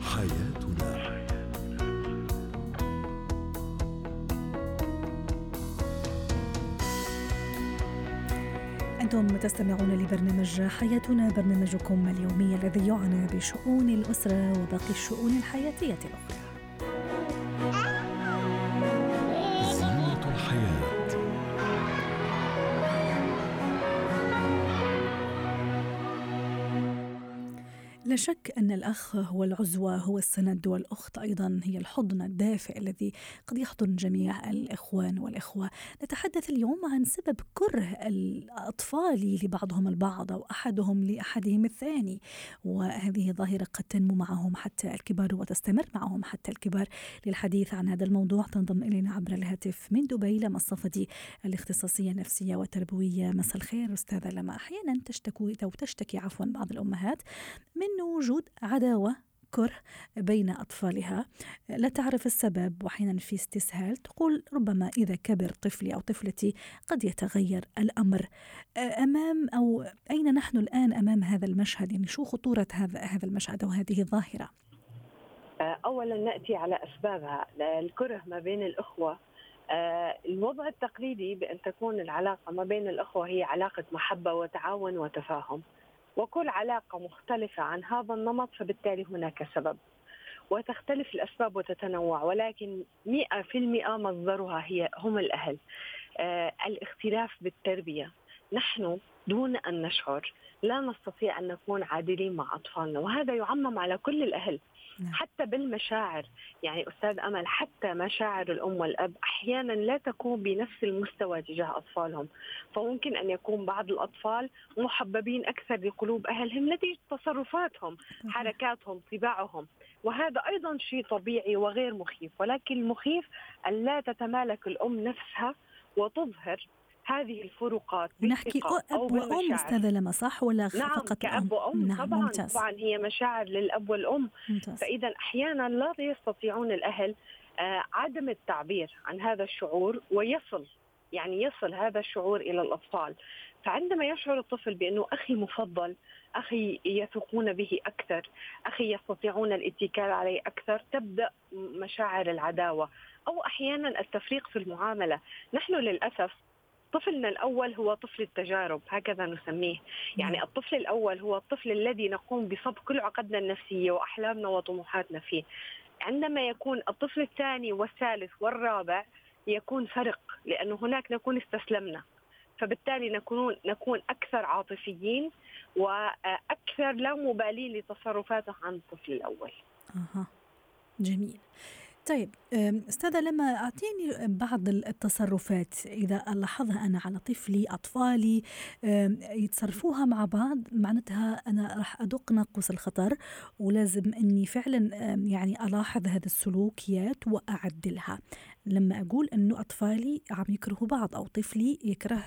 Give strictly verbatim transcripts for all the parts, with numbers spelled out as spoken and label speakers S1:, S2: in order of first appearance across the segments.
S1: حياتنا.
S2: أنتم تستمعون لبرنامج حياتنا، برنامجكم اليومي الذي يعنى بشؤون الأسرة وباقي الشؤون الحياتية الأخرى.
S1: زينة الحياة.
S2: لا شك أن الأخ هو العزوة، هو السند، والأخت أيضا هي الحضن الدافئ الذي قد يحضن جميع الإخوان والإخوة. نتحدث اليوم عن سبب كره الأطفال لبعضهم البعض أو أحدهم لأحدهم الثاني، وهذه ظاهرة قد تنمو معهم حتى الكبار وتستمر معهم حتى الكبار. للحديث عن هذا الموضوع تنضم إلينا عبر الهاتف من دبي لما الصفدي، الاختصاصية النفسية والتربوية. مساء الخير أستاذة لما. أحيانا تشتكي أو تشتكي عفوا بعض الأمهات من وجود عداوة كره بين أطفالها لا تعرف السبب، وأحيانا في استسهال تقول ربما إذا كبر طفلي أو طفلتي قد يتغير الأمر. أمام أو أين نحن الآن أمام هذا المشهد؟ يعني شو خطورة هذا هذا المشهد أو هذه الظاهرة؟
S3: أولا نأتي على أسبابها. الكره ما بين الأخوة، الوضع التقليدي بأن تكون العلاقة ما بين الأخوة هي علاقة محبة وتعاون وتفاهم، وكل علاقة مختلفة عن هذا النمط فبالتالي هناك سبب، وتختلف الأسباب وتتنوع، ولكن مئة في المئة مصدرها هي هم الأهل. آه الاختلاف بالتربية. نحن دون أن نشعر لا نستطيع أن نكون عادلين مع أطفالنا، وهذا يعمم على كل الأهل. حتى بالمشاعر، يعني أستاذ أمل، حتى مشاعر الأم والأب أحيانا لا تكون بنفس المستوى تجاه أطفالهم، فممكن أن يكون بعض الأطفال محببين أكثر لقلوب أهلهم نتيجة تصرفاتهم، حركاتهم، طباعهم، وهذا أيضا شيء طبيعي وغير مخيف. ولكن المخيف أن لا تتمالك الأم نفسها وتظهر هذه الفروقات.
S2: نحكي أب وأم أستاذة لما، صح ولا
S3: نعم
S2: فقط
S3: كأب وأم؟
S2: نعم
S3: طبعا
S2: ممتاز.
S3: طبعا هي مشاعر للأب والأم.
S2: ممتاز.
S3: فإذا أحيانا لا يستطيعون الأهل آه عدم التعبير عن هذا الشعور، ويصل يعني يصل هذا الشعور إلى الأطفال. فعندما يشعر الطفل بأنه أخي مفضل، أخي يثقون به أكثر، أخي يستطيعون الاتكال عليه أكثر، تبدأ مشاعر العداوة أو أحيانا التفريق في المعاملة. نحن للأسف طفلنا الأول هو طفل التجارب، هكذا نسميه. يعني الطفل الأول هو الطفل الذي نقوم بصب كل عقدنا النفسية وأحلامنا وطموحاتنا فيه. عندما يكون الطفل الثاني والثالث والرابع يكون فرق، لأنه هناك نكون استسلمنا، فبالتالي نكون نكون أكثر عاطفيين وأكثر لا مبالين لتصرفاته عن الطفل الأول.
S2: أها جميل. طيب أستاذة لما أعطيني بعض التصرفات إذا ألاحظها أنا على طفلي، أطفالي يتصرفوها مع بعض، معناتها أنا راح أدق ناقوس الخطر، ولازم أني فعلا يعني ألاحظ هذا السلوكيات وأعدلها. لما أقول أنه أطفالي عم يكرهوا بعض أو طفلي يكره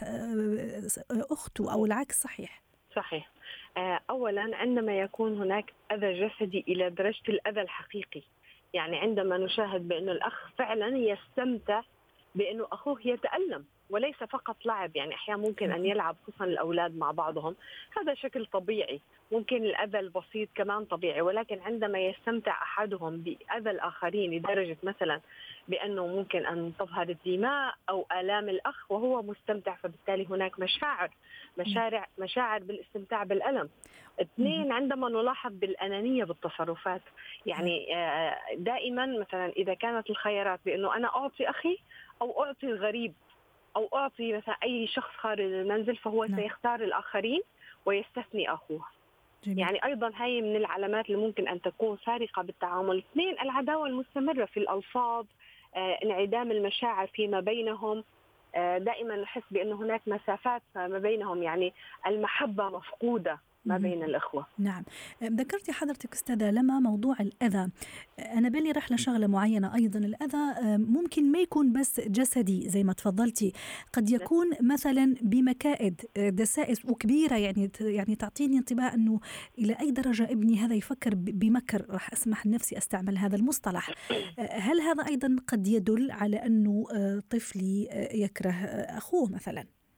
S2: أخته أو العكس، صحيح؟
S3: صحيح. أولا عندما يكون هناك أذى جسدي إلى درجة الأذى الحقيقي، يعني عندما نشاهد بأن الأخ فعلا يستمتع بأنه أخوه يتألم وليس فقط لعب، يعني أحيانا ممكن أن يلعب خصوصا الأولاد مع بعضهم، هذا شكل طبيعي. ممكن الأذى البسيط كمان طبيعي، ولكن عندما يستمتع أحدهم بأذى الآخرين لدرجة مثلا بأنه ممكن أن تظهر الدماء أو آلام الأخ وهو مستمتع، فبالتالي هناك مشاعر مشاعر مشاعر بالاستمتاع بالألم. اثنين، عندما نلاحظ بالأنانية بالتصرفات، يعني دائما مثلا إذا كانت الخيارات بأنه أنا أعطي أخي أو أعطي الغريب أو أعطي مثلا أي شخص خارج المنزل، فهو نعم. سيختار الآخرين ويستثني أخوه. جميل. يعني أيضا هاي من العلامات اللي ممكن أن تكون فارقة بالتعامل. اثنين، العداوة المستمرة في الألفاظ، آه، انعدام المشاعر فيما بينهم، آه، دائما نحس بأن هناك مسافات ما بينهم، يعني المحبة مفقودة ما بين الأخوة.
S2: نعم. ذكرتي حضرتك أستاذة لما موضوع الأذى، أنا بالي رحلة شغلة معينة. أيضا الأذى ممكن ما يكون بس جسدي زي ما تفضلتي، قد يكون مثلا بمكائد دسائس وكبيرة، يعني يعني تعطيني انطباع أنه إلى أي درجة ابني هذا يفكر بمكر، راح أسمح لنفسي أستعمل هذا المصطلح. هل هذا أيضا قد يدل على أنه طفلي يكره أخوه مثلا؟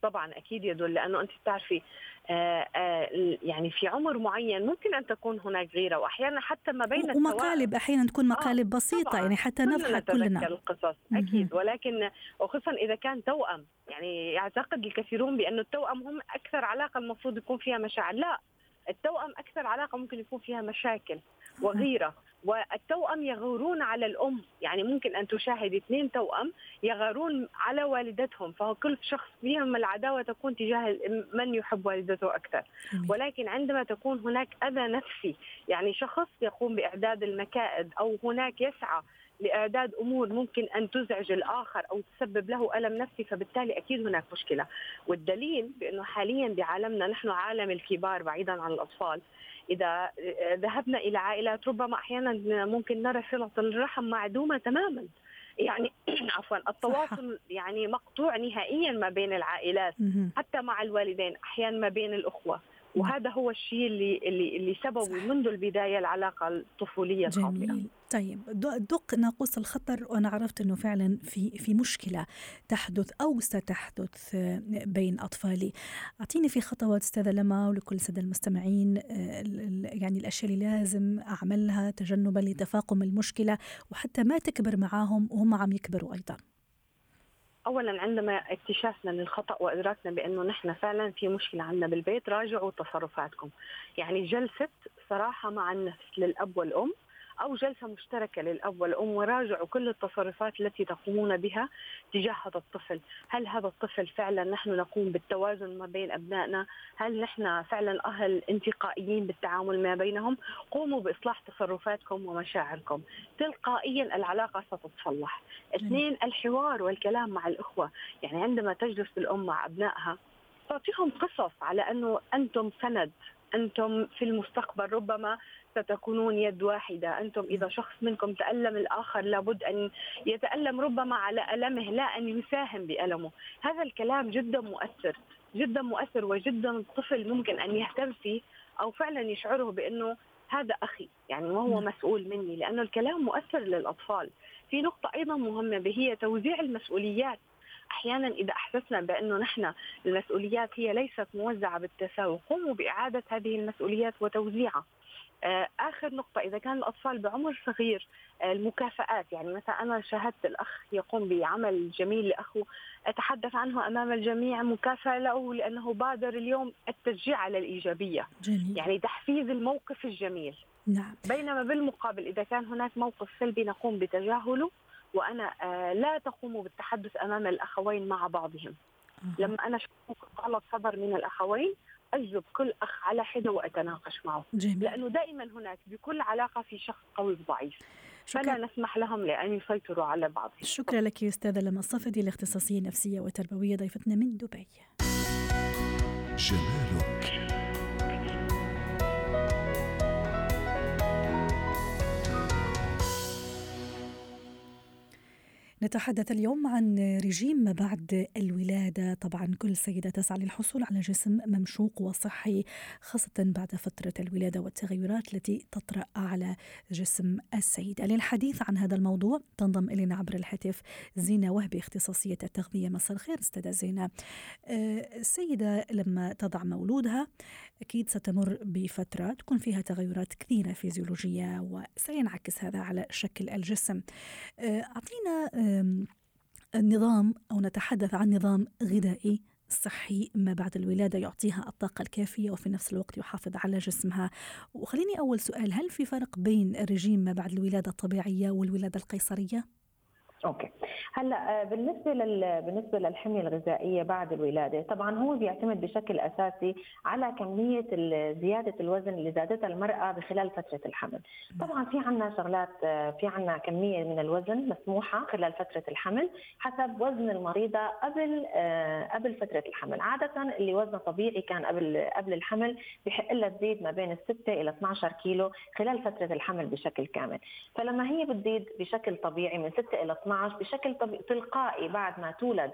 S3: طبعا أكيد يدل، لأنه أنت بتعرفي آه آه يعني في عمر معين ممكن أن تكون هناك غيرة، وأحيانا حتى ما بين التوائم.
S2: ومقالب أحيانا تكون مقالب
S3: آه
S2: بسيطة يعني حتى
S3: كلنا
S2: نضحك
S3: نتذكر
S2: كلنا.
S3: القصص أكيد، ولكن وخصوصا إذا كان توأم، يعني يعتقد الكثيرون بأن التوأم هم أكثر علاقة المفروض يكون فيها مشاعر. لا، التوأم أكثر علاقة ممكن يكون فيها مشاكل وغيرة، والتوأم يغارون على الأم. يعني ممكن أن تشاهد اثنين توأم يغارون على والدتهم، فهو كل شخص فيهم العداوة تكون تجاه من يحب والدته أكثر. ولكن عندما تكون هناك أذى نفسي، يعني شخص يقوم بإعداد المكائد أو هناك يسعى لإعداد أمور ممكن أن تزعج الآخر أو تسبب له ألم نفسي، فبالتالي أكيد هناك مشكلة. والدليل بأنه حاليا بعالمنا، نحن عالم الكبار بعيدا عن الأطفال، إذا ذهبنا إلى عائلات ربما أحيانا ممكن نرى صلة الرحم معدومة تماما، يعني عفوا التواصل يعني مقطوع نهائيا ما بين العائلات، حتى مع الوالدين، أحيانا ما بين الأخوة. وهذا هو الشيء اللي اللي اللي سببه منذ البداية العلاقة الطفولية الخاطئة.
S2: جميل. طيب دق ناقوس الخطر، وأنا عرفت أنه فعلا في في مشكلة تحدث أو ستحدث بين أطفالي. أعطيني في خطوات أستاذة لما ولكل سادة المستمعين يعني الأشياء اللي لازم أعملها تجنبا لتفاقم المشكلة وحتى ما تكبر معاهم وهم عم يكبروا أيضا.
S3: أولا عندما اكتشافنا للخطأ وإدراكنا بأنه نحن فعلا في مشكلة عندنا بالبيت، راجعوا تصرفاتكم. يعني جلسة صراحة مع النفس للأب والأم أو جلسة مشتركة للأب والأم، وراجعوا كل التصرفات التي تقومون بها تجاه هذا الطفل. هل هذا الطفل فعلا نحن نقوم بالتوازن ما بين أبنائنا؟ هل نحن فعلا أهل انتقائيين بالتعامل ما بينهم؟ قوموا بإصلاح تصرفاتكم ومشاعركم، تلقائيا العلاقة ستتصلح. اثنين، الحوار والكلام مع الإخوة. يعني عندما تجلس الأم مع أبنائها تعطيهم قصص على أنه أنتم سند، أنتم في المستقبل ربما ستكونون يد واحدة، أنتم إذا شخص منكم تألم الآخر لابد أن يتألم ربما على ألمه لا أن يساهم بألمه. هذا الكلام جدا مؤثر جدا مؤثر وجدا الطفل ممكن أن يهتم فيه أو فعلا يشعره بأنه هذا أخي، يعني وهو مسؤول مني، لأنه الكلام مؤثر للأطفال. في نقطة أيضا مهمة هي توزيع المسؤوليات. أحيانا إذا أحسسنا بأنه نحن المسؤوليات هي ليست موزعة بالتساوي، قوموا بإعادة هذه المسؤوليات وتوزيعها. آخر نقطة، إذا كان الأطفال بعمر صغير، المكافآت. يعني مثلا أنا شاهدت الأخ يقوم بعمل جميل لأخوه، أتحدث عنه أمام الجميع، مكافأة له لأنه بادر اليوم، التشجيع على الإيجابية.
S2: جميل.
S3: يعني تحفيز الموقف الجميل.
S2: نعم.
S3: بينما بالمقابل إذا كان هناك موقف سلبي نقوم بتجاهله، وأنا لا تقوم بالتحدث أمام الأخوين مع بعضهم. أه. لما أنا شوف غلط صدر من الأخوين أجذب كل أخ على حدة وأتناقش معه.
S2: جميل.
S3: لأنه دائما هناك بكل علاقة في شخص قوي وضعيف، فلا نسمح لهم لأن يسيطروا على بعضهم.
S2: شكرا لك أستاذة لما الصفدي، الاختصاصية نفسية وتربوية، ضيفتنا من دبي.
S1: جمالك.
S2: نتحدث اليوم عن رجيم ما بعد الولادة. طبعا كل سيدة تسعى للحصول على جسم ممشوق وصحي، خاصة بعد فترة الولادة والتغيرات التي تطرأ على جسم السيدة. للحديث عن هذا الموضوع تنضم إلينا عبر الهاتف زينة وهبي، اختصاصية التغذية. مساء الخير أستاذة زينة. السيدة لما تضع مولودها أكيد ستمر بفترة تكون فيها تغيرات كثيرة فيزيولوجية وسينعكس هذا على شكل الجسم. أعطينا النظام أو نتحدث عن نظام غذائي صحي ما بعد الولادة يعطيها الطاقة الكافية وفي نفس الوقت يحافظ على جسمها. وخليني أول سؤال، هل في فرق بين الرجيم ما بعد الولادة الطبيعية والولادة القيصرية؟
S4: اوكي، هلا بالنسبه لل بالنسبه للحميه الغذائيه بعد الولاده، طبعا هو بيعتمد بشكل اساسي على كميه زياده الوزن اللي زادتها المراه بخلال فتره الحمل. طبعا في عندنا شغلات، في عندنا كميه من الوزن مسموحه خلال فتره الحمل حسب وزن المريضه قبل قبل فتره الحمل. عاده اللي وزنه طبيعي كان قبل قبل الحمل بحق لها تزيد ما بين ستة إلى اثني عشر كيلو خلال فتره الحمل بشكل كامل. فلما هي بتزيد بشكل طبيعي من ستة إلى اثني عشر بشكل تلقائي بعد ما تولد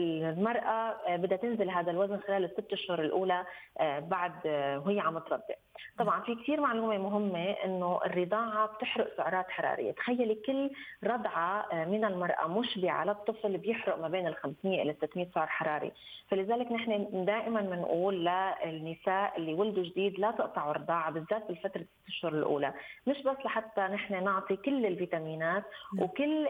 S4: المرأة بدها تنزل هذا الوزن خلال الست أشهر الأولى بعد وهي عم ترضع. طبعا في كثير معلومة مهمة إنه الرضاعة بتحرق سعرات حرارية. تخيلي كل رضعة من المرأة مشبعة للطفل بيحرق ما بين ال خمسمية إلى ستمية سعر حراري. فلذلك نحن دائما بنقول للنساء اللي ولدوا جديد لا تقطعوا الرضاعة بالذات بالفترة الست اشهر الأولى، مش بس لحتى نحن نعطي كل الفيتامينات وكل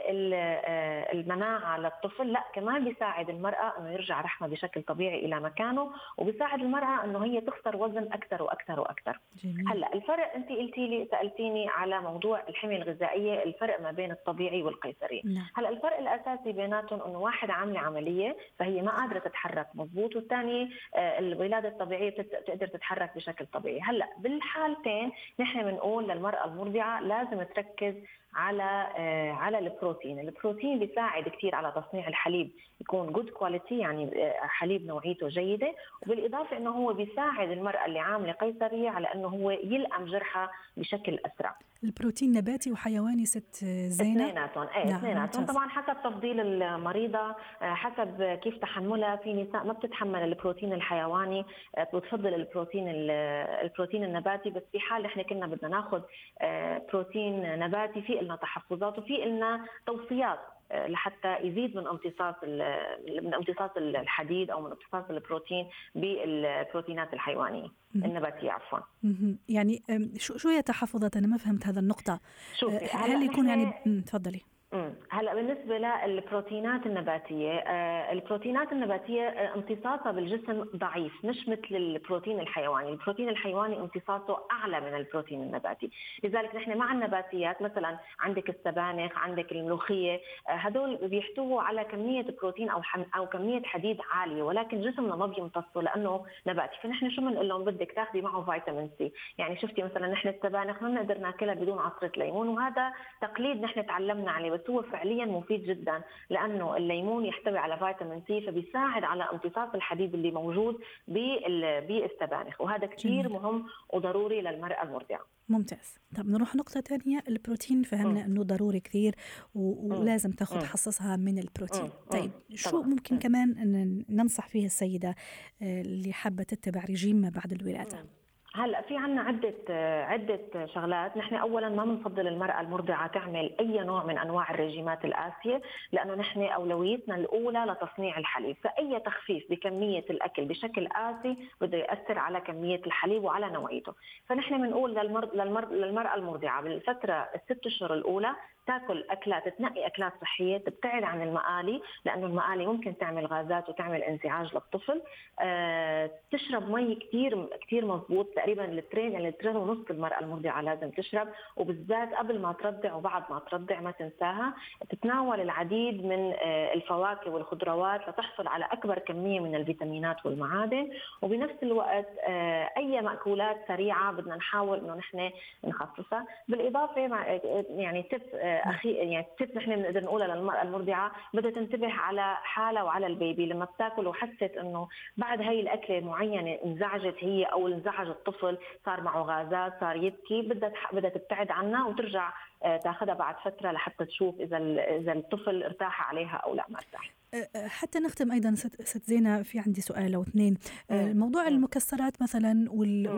S4: المناعة للطفل، لا كمان بيساعد المرأة إنه يرجع رحمه بشكل طبيعي إلى مكانه، وبيساعد المرأة إنه هي تخسر وزن أكثر وأكثر وأكثر. جميل. هلا الفرق، أنت قلتي لي سألتيني على موضوع الحمية الغذائية، الفرق ما بين الطبيعي والقيصري. نعم. هلا الفرق الأساسي بيناتهم إنه واحد عاملة عملية فهي ما قادرة تتحرك مضبوط، والثاني الولادة الطبيعية بتقدر تتحرك بشكل طبيعي. هلا بالحالتين نحن بنقول للمرأة المرضعة لازم تركز على على البروتين. البروتين بيساعد كثير على تصنيع الحليب يكون جود كواليتي، يعني حليب نوعيته جيده، وبالاضافه انه هو بيساعد المراه اللي عامله قيصريه على انه هو يلئم جرحها بشكل اسرع.
S2: البروتين نباتي وحيواني ست زينه؟
S4: اثنيناتهم ايه اثنيناتهم نعم. طبعا حسب تفضيل المريضه، حسب كيف تحملها. في نساء ما بتتحمل البروتين الحيواني، بتفضل البروتين البروتين النباتي، بس في حال احنا كنا بدنا ناخذ بروتين نباتي في لنا تحفظات وفي لنا توصيات لحتى يزيد من امتصاص من امتصاص الحديد او من امتصاص البروتين بالبروتينات الحيوانيه النباتيه عفوا.
S2: يعني شو شو هي تحفظات؟ انا ما فهمت هذا النقطه. هل يكون يعني تفضلي.
S4: هلا بالنسبه للبروتينات النباتيه، البروتينات النباتيه امتصاصها بالجسم ضعيف، مش مثل البروتين الحيواني. البروتين الحيواني امتصاصه اعلى من البروتين النباتي، لذلك نحن مع النباتيات مثلا عندك السبانخ، عندك الملوخيه، هدول بيحتووا على كميه بروتين او او كميه حديد عاليه، ولكن جسمنا ما بيمتصه لانه نباتي. فنحن شو بنقول لهم؟ بدك تاخذي معه فيتامين سي. يعني شفتي مثلا نحن السبانخ ما بنقدر ناكلها بدون عصره ليمون، وهذا تقليد نحن تعلمنا عليه، بس هو فعليا مفيد جدا لانه الليمون يحتوي على فيتامين سي، فبيساعد على امتصاص الحديد اللي موجود بالسبانخ، وهذا كثير مهم وضروري للمرأة المرضعة.
S2: ممتاز. طب نروح نقطة تانية. البروتين فهمنا أنه ضروري كثير ولازم تاخذ حصصها من البروتين. طيب شو ممكن كمان أن ننصح فيها السيدة اللي حابة تتبع رجيم ما بعد الولادة؟
S4: هلا في عنا عدة عدة شغلات. نحن أولاً ما بنفضل المرأة المرضعة تعمل أي نوع من أنواع الرجيمات القاسية، لأنه نحن أولويتنا الأولى لتصنيع الحليب، فأي تخفيف بكمية الأكل بشكل قاسي بده يأثر على كمية الحليب وعلى نوعيته. فنحن بنقول للمرض للمرض للمرأة المرضعة بالفترة الست أشهر الأولى تاكل أكلات، تنقي أكلات صحية، تبتعد عن المقالي لأنه المقالي ممكن تعمل غازات وتعمل انزعاج للطفل. أه تشرب مي كتير كتير مضبوط، تقريبا لترين لترين ونص المرأة المرضعة لازم تشرب، وبالذات قبل ما ترضع وبعد ما ترضع ما تنساها. تتناول العديد من أه الفواكه والخضروات لتحصل على أكبر كمية من الفيتامينات والمعادن، وبنفس الوقت أه أي مأكولات سريعة بدنا نحاول إنه نحن نخففها. بالإضافة مع يعني تب أخي يعني تب نحن بنقدر نقولها للمرأة المرضعة، بدها تنتبه على حالها وعلى البيبي. لما بتاكل وحست إنه بعد هاي الأكلة معينة انزعجت هي أو انزعج الطفل، صار معه غازات، صار يبكي، بدها بدها تبتعد عنها وترجع تاخذها بعد فترة لحتى تشوف إذا إذا الطفل ارتاح عليها أو لا ما ارتاح.
S2: حتى نختم أيضا ست زينة، في عندي سؤال أو اثنين. موضوع المكسرات مثلا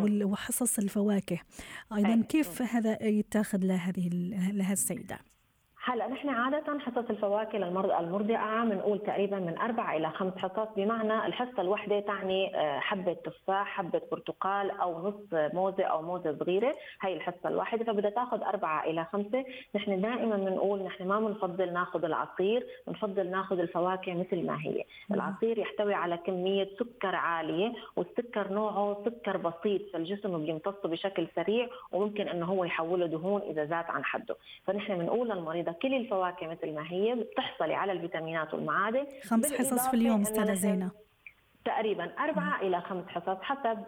S2: وحصص الفواكه أيضا، كيف هذا يتاخذ لهذه لهذه السيدة؟
S4: هلا نحن عادة حصص الفواكه للمرأة المرضعة بنقول تقريبا من أربعة إلى خمس حصص، بمعنى الحصة الواحدة تعني حبة تفاح، حبة برتقال أو نص موزة أو موزة صغيرة، هي الحصة الواحدة، فبدها تاخذ أربعة إلى خمسة. نحن دائما بنقول نحن ما بنفضل ناخذ العصير، بنفضل ناخذ الفواكه مثل ما هي. العصير يحتوي على كمية سكر عالية، والسكر نوعه سكر بسيط، فالجسم بيمتصه بشكل سريع وممكن إنه هو يحوله دهون إذا زاد عن حده. فنحن بنقول للمريضة كل الفواكه مثل ما هي، بتحصلي على الفيتامينات والمعادن.
S2: خمس حصص في اليوم استاذة زينة؟
S4: تقريبا أربعة إلى خمس حصص حسب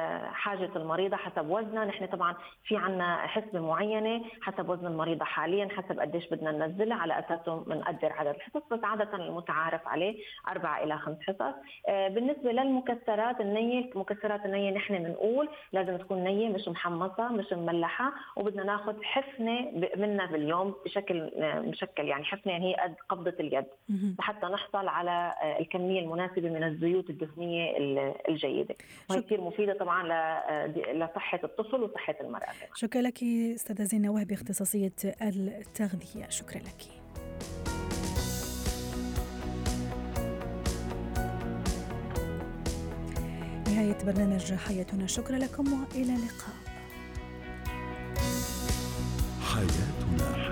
S4: حاجة المريضة، حسب وزنها. نحن طبعا في عنا حسبة معينة حسب وزن المريضة حاليا، حسب قديش بدنا ننزلها، على أساسه بنقدر عدد الحصص، بس عادة المتعارف عليه أربعة إلى خمس حصص. بالنسبة للمكسرات النية، مكسرات النية نحن بنقول لازم تكون نية، مش محمصة مش مملحة، وبدنا ناخذ حفنة منها باليوم بشكل مشكل، يعني حفنة يعني هي قد قبضة اليد، لحتى نحصل على الكمية المناسبة من الزيوت الدهنية الدهنيه الجيده، وهي كثير مفيده طبعا لصحه الطفل وصحه المراه.
S2: شكرا لك استاذه زينه وهبي، اختصاصيه التغذيه، شكرا لك. نهاية برنامج حياتنا، شكرا لكم وإلى اللقاء.
S1: حياتنا.